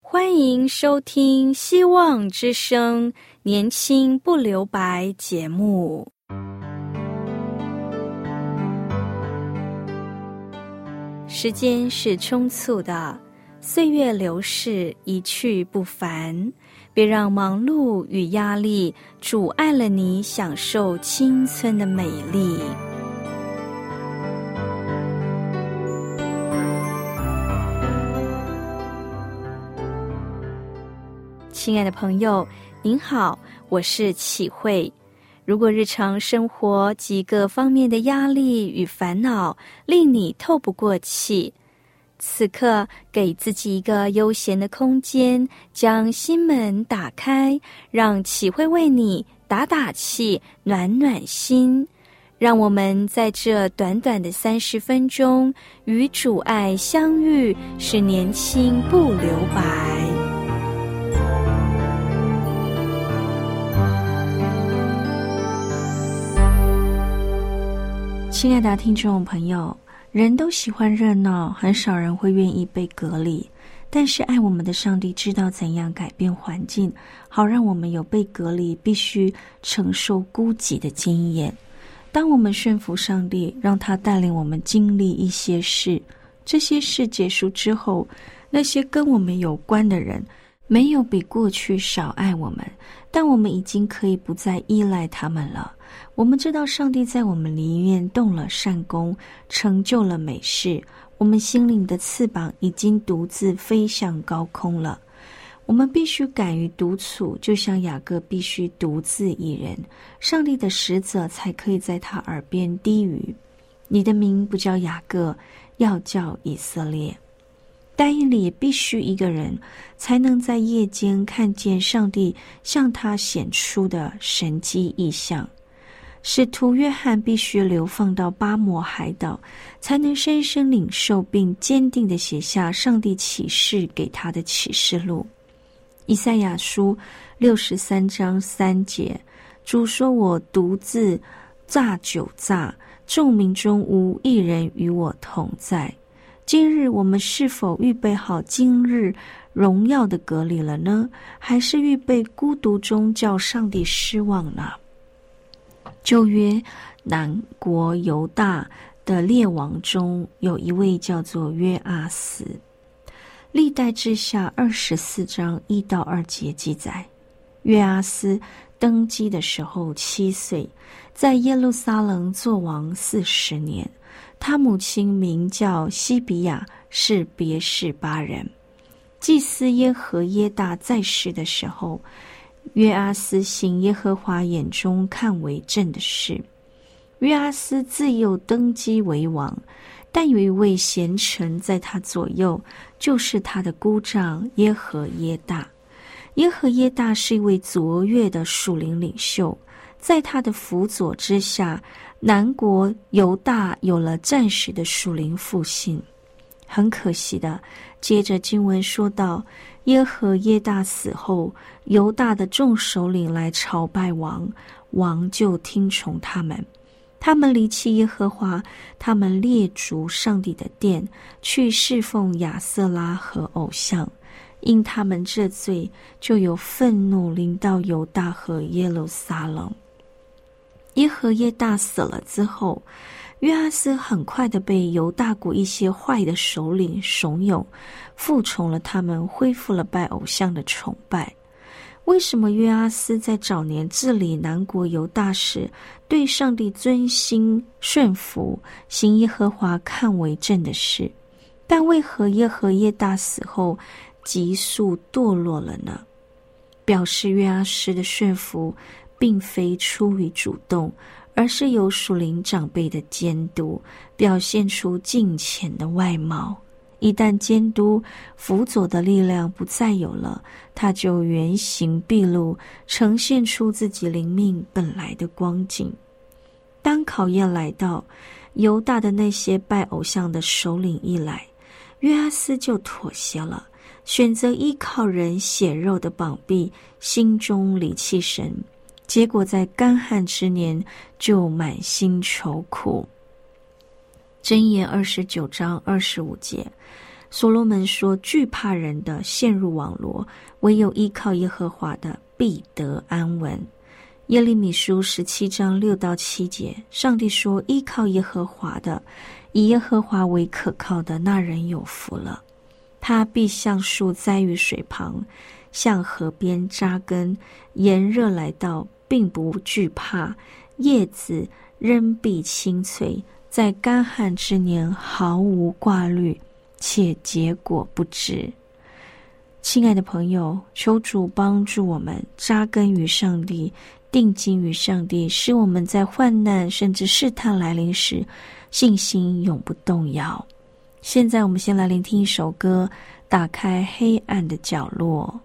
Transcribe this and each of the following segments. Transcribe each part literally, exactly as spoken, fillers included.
欢迎收听希望之声年轻不留白节目。时间是匆促的，岁月流逝，一去不返。别让忙碌与压力阻碍了你享受青春的美丽。亲爱的朋友，您好，我是启慧。如果日常生活几个方面的压力与烦恼令你透不过气，此刻给自己一个悠闲的空间，将心门打开，让启慧为你打打气，暖暖心。让我们在这短短的三十分钟与主爱相遇，使年轻不留白。亲爱的听众朋友，人都喜欢热闹，很少人会愿意被隔离。但是爱我们的上帝知道怎样改变环境，好让我们有被隔离必须承受孤寂的经验。当我们顺服上帝，让他带领我们经历一些事，这些事结束之后，那些跟我们有关的人没有比过去少爱我们，但我们已经可以不再依赖他们了。我们知道上帝在我们里面动了善功，成就了美事，我们心灵的翅膀已经独自飞向高空了。我们必须敢于独处，就像雅各必须独自一人，上帝的使者才可以在他耳边低语：你的名不叫雅各，要叫以色列。但以理必须一个人才能在夜间看见上帝向他显出的神迹异象。使徒约翰必须流放到巴摩海岛，才能深深领受并坚定地写下上帝启示给他的启示录。以赛亚书六十三章三节，主说：我独自榨酒榨，众民中无一人与我同在。今日我们是否预备好今日荣耀的隔离了呢？还是预备孤独中叫上帝失望呢？旧约南国犹大的列王中有一位叫做约阿斯，历代志下二十四章一到二节记载，约阿斯登基的时候七岁，在耶路撒冷作王四十年。他母亲名叫西比亚，是别是巴人。祭司耶和耶大在世的时候，约阿斯行耶和华眼中看为正的事。约阿斯自幼登基为王，但有一位贤臣在他左右，就是他的姑丈耶和耶大。耶和耶大是一位卓越的属灵领袖，在他的辅佐之下，南国犹大有了暂时的属灵复兴。很可惜的，接着经文说到，耶和耶大死后，犹大的众首领来朝拜王，王就听从他们。他们离弃耶和华，他们列祖上帝的殿，去侍奉亚瑟拉和偶像。因他们这罪，就有愤怒临到犹大和耶路撒冷。耶和耶大死了之后，约阿斯很快的被犹大国一些坏的首领怂恿，服从了他们，恢复了拜偶像的崇拜。为什么约阿斯在早年治理南国犹大时，对上帝遵心顺服，行耶和华看为正的事，但为何耶和耶大死后急速堕落了呢？表示约阿斯的顺服并非出于主动，而是由属灵长辈的监督，表现出敬虔的外貌。一旦监督辅佐的力量不再有了，他就原形毕露，呈现出自己灵命本来的光景。当考验来到，犹大的那些拜偶像的首领一来，约阿斯就妥协了，选择依靠人血肉的膀臂，心中离弃神，结果在干旱之年就满心愁苦。箴言二十九章二十五节， 所罗门说，惧怕人的陷入网罗，唯有依靠耶和华的必得安稳。耶利米书十七章六到七节，上帝说，依靠耶和华的，以耶和华为可靠的，那人有福了。他必像树栽于水旁，向河边扎根，炎热来到，并不惧怕，叶子仍必青翠，在干旱之年毫无挂虑，且结果不止。亲爱的朋友，求主帮助我们扎根于上帝，定睛于上帝，使我们在患难甚至试探来临时，信心永不动摇。现在我们先来聆听一首歌，打开黑暗的角落。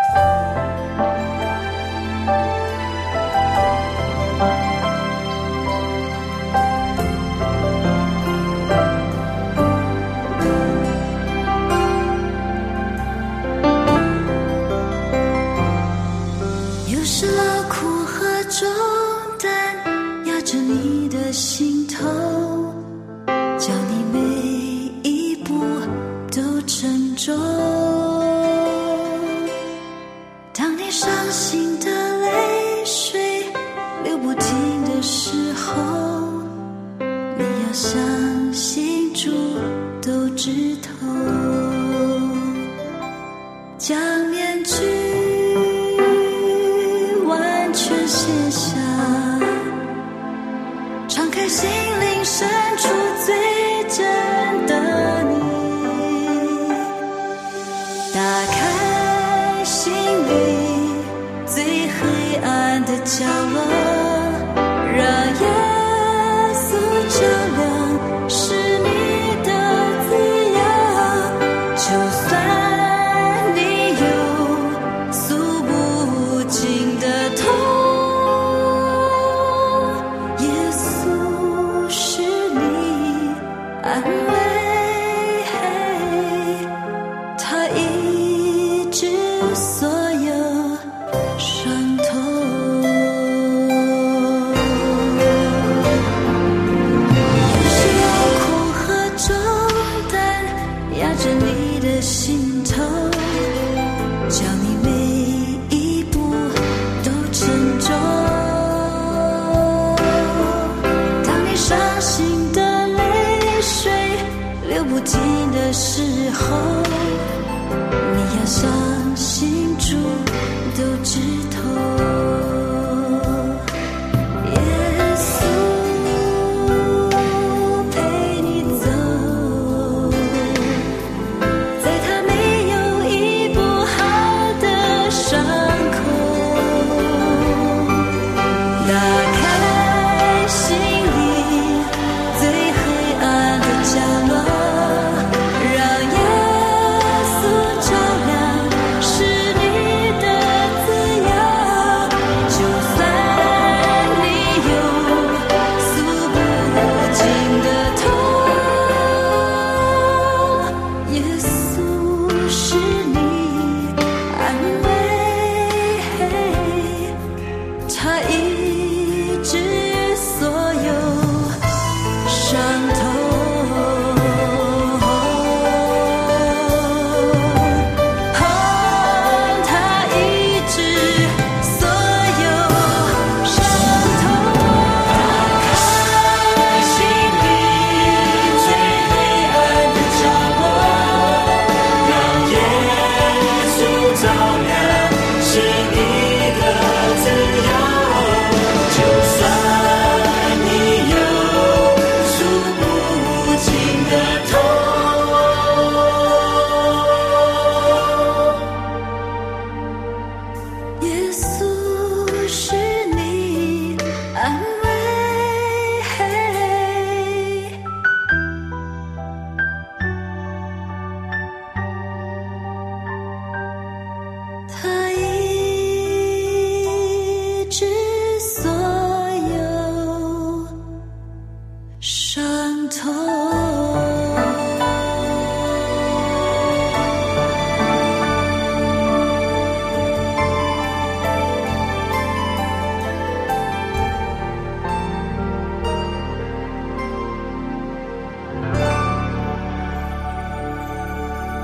重担压着你的心头，叫你每一步都沉重。当你伤心的泪水流不停的时候，你要相信主都知透。将面具卸下，敞开心灵深处最真的你，打开心里最黑暗的角落，让耶稣照亮是你的滋养。就算你有诉不尽的痛，安慰，他医治所有伤痛。有时劳苦和重担压着你的心头，叫你每一步都沉重。当你伤心的流不停的时候，你要相信主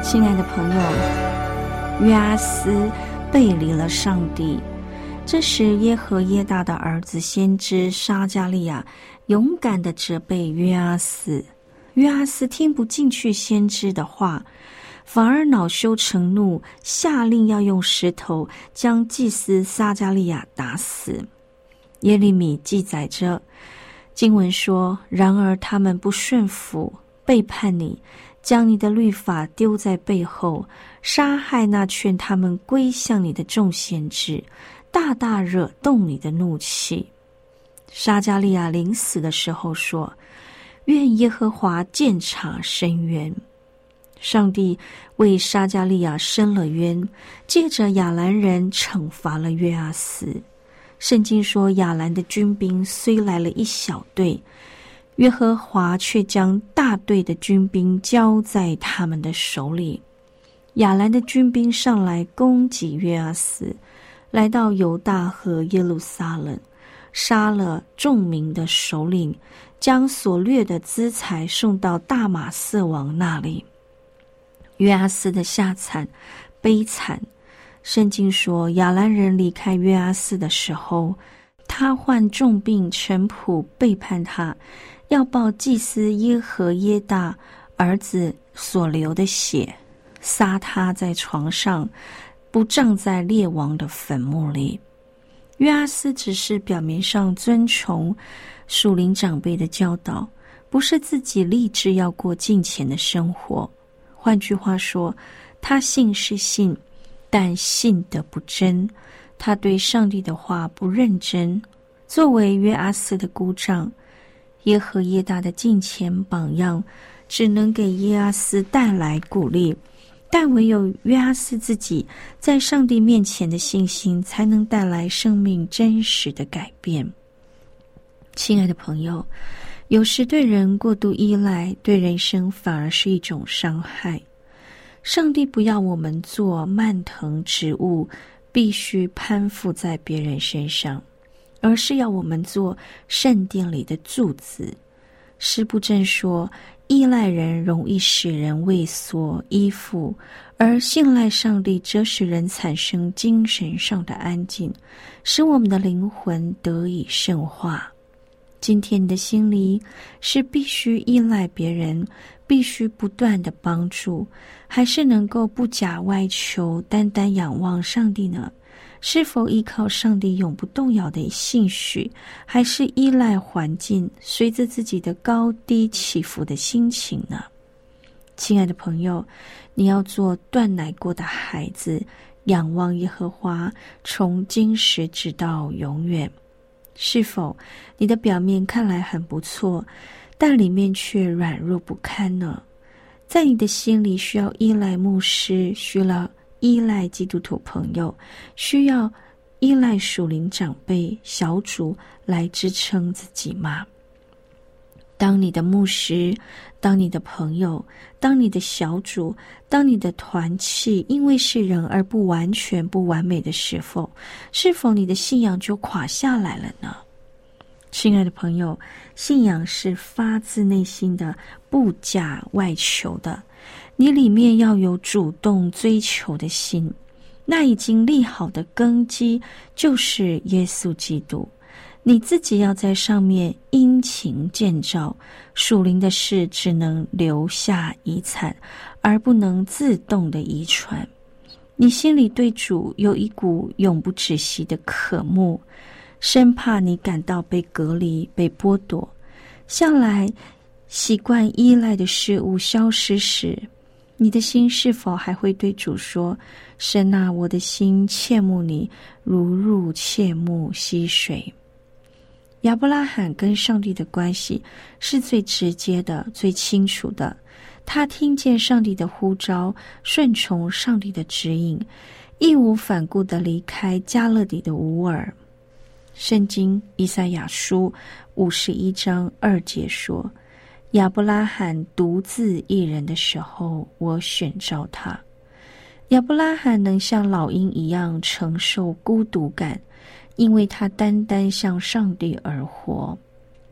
亲爱的朋友，约阿斯背离了上帝。这时耶和耶大的儿子先知撒迦利亚勇敢地责备约阿斯，约阿斯听不进去先知的话，反而恼羞成怒，下令要用石头将祭司撒迦利亚打死。耶利米记载着，经文说，然而他们不顺服，背叛你，将你的律法丢在背后，杀害那劝他们归向你的众先知，大大惹动你的怒气。撒迦利亚临死的时候说，愿耶和华鉴察伸冤。上帝为撒迦利亚伸了冤，借着亚兰人惩罚了约阿斯。圣经说，亚兰的军兵虽来了一小队，耶和华却将大队的军兵交在他们的手里。亚兰的军兵上来攻击约阿斯，来到犹大和耶路撒冷，杀了众民的首领，将所掠的资财送到大马色王那里。约阿斯的下惨悲惨，圣经说，亚兰人离开约阿斯的时候，他患重病，臣仆背叛他，要报祭司耶和耶大儿子所流的血，撒他在床上，不葬在列王的坟墓里。约阿斯只是表面上遵从属灵长辈的教导，不是自己立志要过敬虔的生活。换句话说，他信是信，但信得不真，他对上帝的话不认真。作为约阿斯的姑丈，耶和耶大的敬虔榜样只能给约阿斯带来鼓励，但唯有约阿斯自己在上帝面前的信心，才能带来生命真实的改变。亲爱的朋友，有时对人过度依赖，对人生反而是一种伤害。上帝不要我们做蔓藤植物，必须攀附在别人身上，而是要我们做圣殿里的柱子。诗不正说，依赖人容易使人畏缩依附，而信赖上帝则使人产生精神上的安静，使我们的灵魂得以圣化。今天你的心里是必须依赖别人，必须不断的帮助，还是能够不假外求，单单仰望上帝呢？是否依靠上帝永不动摇的信许，还是依赖环境，随着自己的高低起伏的心情呢？亲爱的朋友，你要做断奶过的孩子，仰望耶和华，从今时直到永远。是否你的表面看来很不错，但里面却软弱不堪呢？在你的心里需要依赖牧师，需要依赖基督徒朋友，需要依赖属灵长辈小组来支撑自己吗？当你的牧师，当你的朋友，当你的小组，当你的团契因为是人而不完全不完美的时候，是否你的信仰就垮下来了呢？亲爱的朋友，信仰是发自内心的，不假外求的。你里面要有主动追求的心，那已经立好的根基就是耶稣基督。你自己要在上面殷勤建造，属灵的事只能留下遗产，而不能自动的遗传。你心里对主有一股永不止息的渴慕，生怕你感到被隔离、被剥夺。向来习惯依赖的事物消失时，你的心是否还会对主说，神啊，我的心切慕你，如入切慕溪水。亚伯拉罕跟上帝的关系是最直接的，最清楚的。他听见上帝的呼召，顺从上帝的指引，义无反顾地离开加勒底的乌尔。圣经以赛亚书五十一章二节说，亚伯拉罕独自一人的时候，我选召他。亚伯拉罕能像老鹰一样承受孤独感，因为他单单向上帝而活。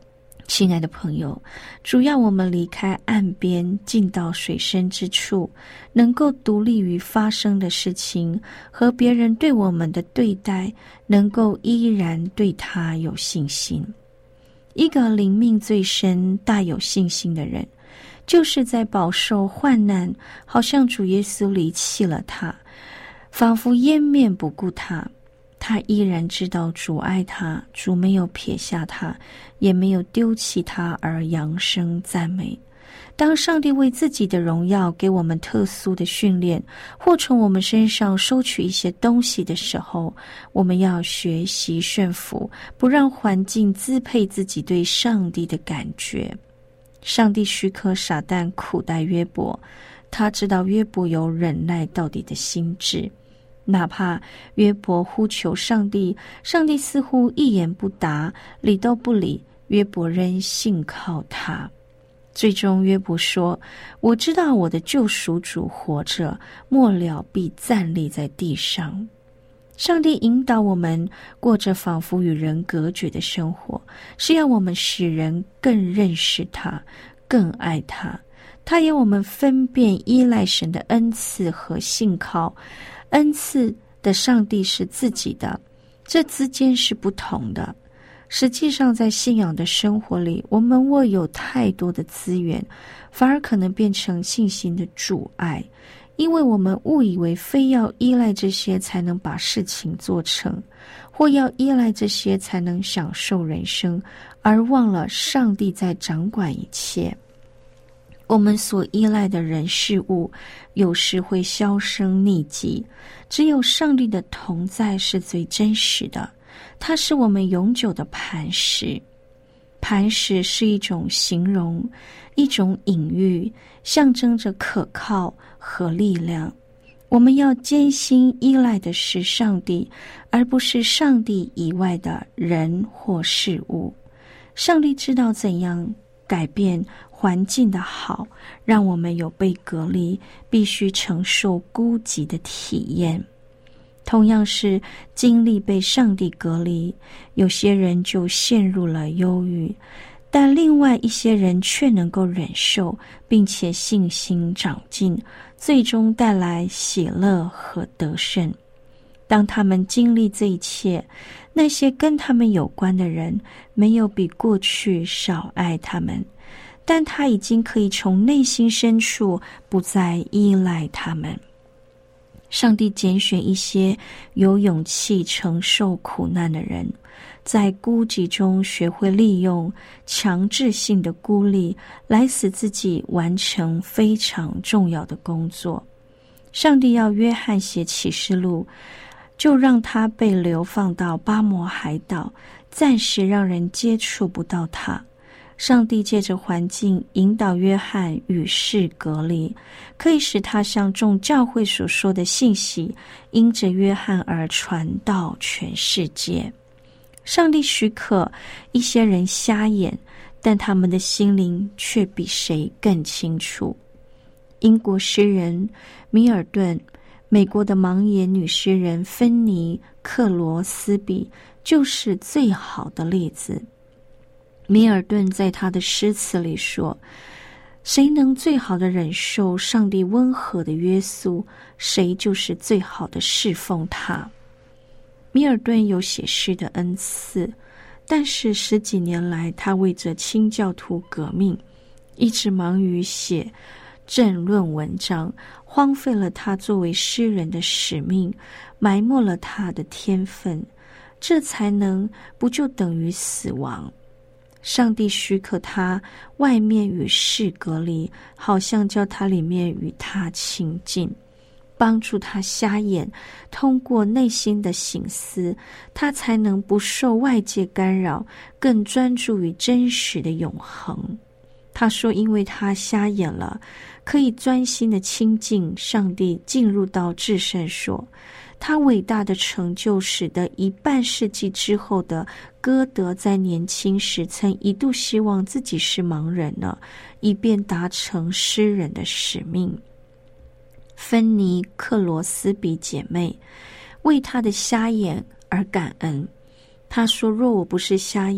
亲爱的朋友，主要我们离开岸边，进到水深之处，能够独立于发生的事情和别人对我们的对待，能够依然对他有信心。一个灵命最深、大有信心的人，就是在饱受患难，好像主耶稣离弃了他，仿佛掩面不顾他，他依然知道主爱他，主没有撇下他，也没有丢弃他，而扬声赞美。当上帝为自己的荣耀给我们特殊的训练，或从我们身上收取一些东西的时候，我们要学习顺服，不让环境支配自己对上帝的感觉。上帝许可撒旦苦待约伯，他知道约伯有忍耐到底的心志，哪怕约伯呼求上帝，上帝似乎一言不答，理都不理，约伯仍信靠他。最终约伯说，我知道我的救赎主活着，末了必站立在地上。上帝引导我们过着仿佛与人隔绝的生活，是要我们使人更认识他，更爱他。他要我们分辨依赖神的恩赐和信靠。恩赐的上帝是自己的，这之间是不同的。实际上在信仰的生活里，我们握有太多的资源，反而可能变成信心的阻碍，因为我们误以为非要依赖这些才能把事情做成，或要依赖这些才能享受人生，而忘了上帝在掌管一切。我们所依赖的人事物有时会销声匿迹，只有上帝的同在是最真实的，它是我们永久的磐石。磐石是一种形容，一种隐喻，象征着可靠和力量。我们要坚信依赖的是上帝，而不是上帝以外的人或事物。上帝知道怎样改变环境的好，让我们有被隔离，必须承受孤寂的体验。同样是经历被上帝隔离，有些人就陷入了忧郁，但另外一些人却能够忍受，并且信心长进，最终带来喜乐和得胜。当他们经历这一切，那些跟他们有关的人没有比过去少爱他们，但他已经可以从内心深处不再依赖他们。上帝拣选一些有勇气承受苦难的人，在孤寂中学会利用强制性的孤立来使自己完成非常重要的工作。上帝要约翰写启示录，就让他被流放到巴摩海岛，暂时让人接触不到他。上帝借着环境引导约翰与世隔离，可以使他向众教会所说的信息因着约翰而传到全世界。上帝许可一些人瞎眼，但他们的心灵却比谁更清楚。英国诗人米尔顿，美国的盲眼女诗人芬尼·克罗斯比就是最好的例子。米尔顿在他的诗词里说，谁能最好的忍受上帝温和的约束，谁就是最好的侍奉他。米尔顿有写诗的恩赐，但是十几年来他为着清教徒革命，一直忙于写政论文章，荒废了他作为诗人的使命，埋没了他的天分，这才能不就等于死亡。上帝许可他外面与世隔离，好像叫他里面与他亲近，帮助他瞎眼，通过内心的省思，他才能不受外界干扰，更专注于真实的永恒。他说因为他瞎眼了，可以专心的亲近上帝，进入到至圣所。他伟大的成就使得一半世纪之后的歌德在年轻时曾一度希望自己是盲人了，以便达成诗人的使命。芬尼·克罗斯比姐妹为他的瞎眼而感恩。她说，若我不是瞎眼，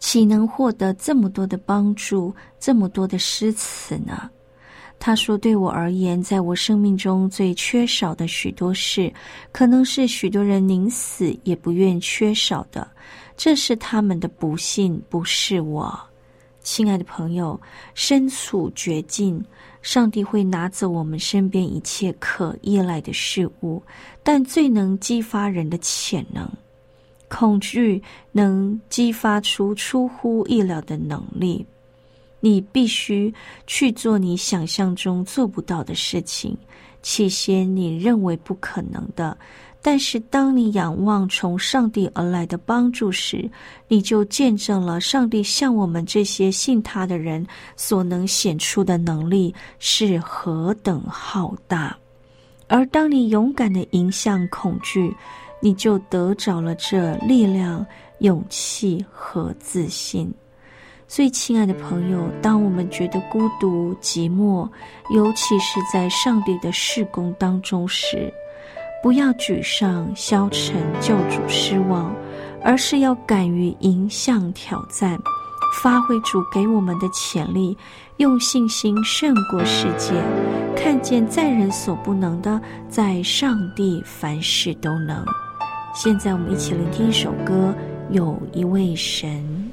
岂能获得这么多的帮助，这么多的诗词呢？他说，对我而言，在我生命中最缺少的许多事，可能是许多人宁死也不愿缺少的，这是他们的不幸，不是我。亲爱的朋友，身处绝境，上帝会拿走我们身边一切可依赖的事物，但最能激发人的潜能。恐惧能激发出出乎意料的能力，你必须去做你想象中做不到的事情，起先你认为不可能的，但是当你仰望从上帝而来的帮助时，你就见证了上帝向我们这些信他的人所能显出的能力是何等浩大。而当你勇敢地迎向恐惧，你就得着了这力量、勇气和自信。所以亲爱的朋友，当我们觉得孤独、寂寞，尤其是在上帝的事工当中时，不要沮丧、消沉、救主失望，而是要敢于迎向挑战，发挥主给我们的潜力，用信心胜过世界，看见在人所不能的，在上帝凡事都能。现在我们一起聆听一首歌，有一位神。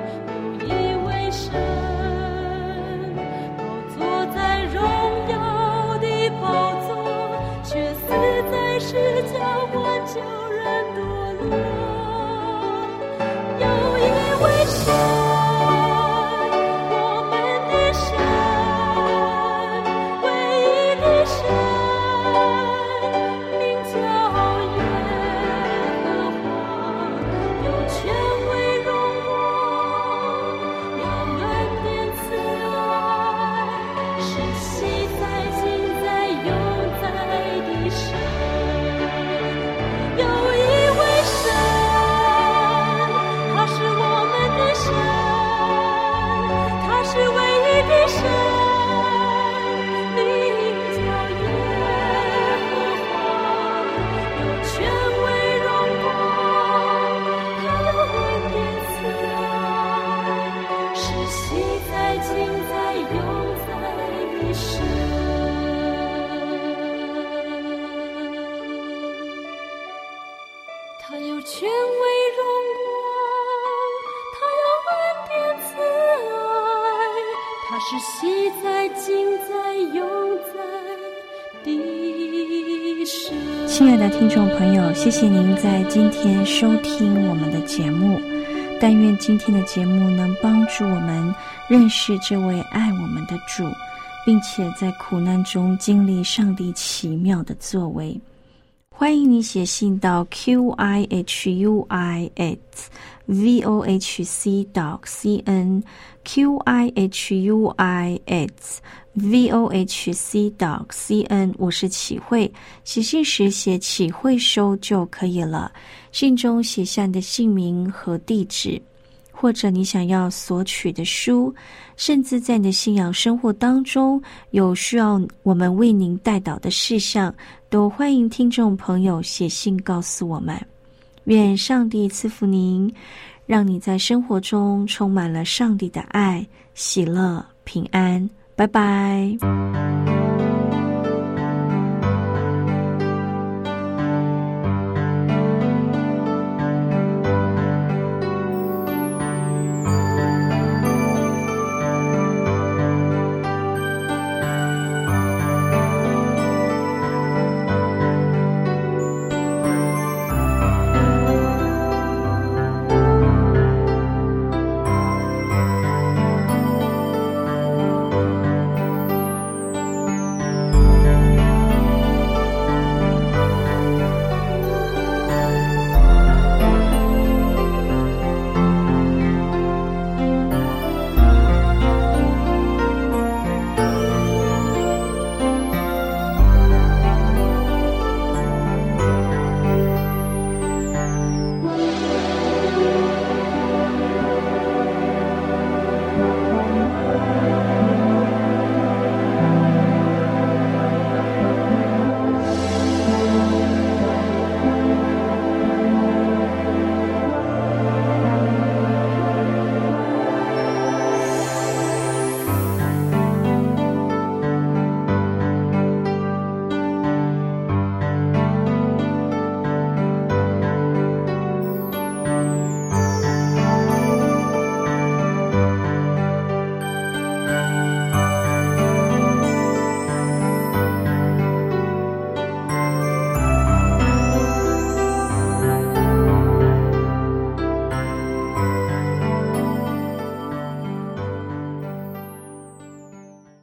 有一位神，高坐在荣耀今在永在的神。他有权威荣光，他有恩典慈爱，他是昔在今在永在的神。 亲爱的听众朋友，谢谢您在今天收听我们的节目。但愿今天的节目能帮助我们认识这位爱我们的主，并且在苦难中经历上帝奇妙的作为。欢迎你写信到 q i h u i at v o h c dot c n q i h u i at v o h c dot c n， 我是启慧，写信时写启慧收就可以了。信中写下你的姓名和地址，或者你想要索取的书，甚至在你的信仰生活当中有需要我们为您代祷的事项，都欢迎听众朋友写信告诉我们。愿上帝赐福您，让你在生活中充满了上帝的爱、喜乐、平安。拜拜。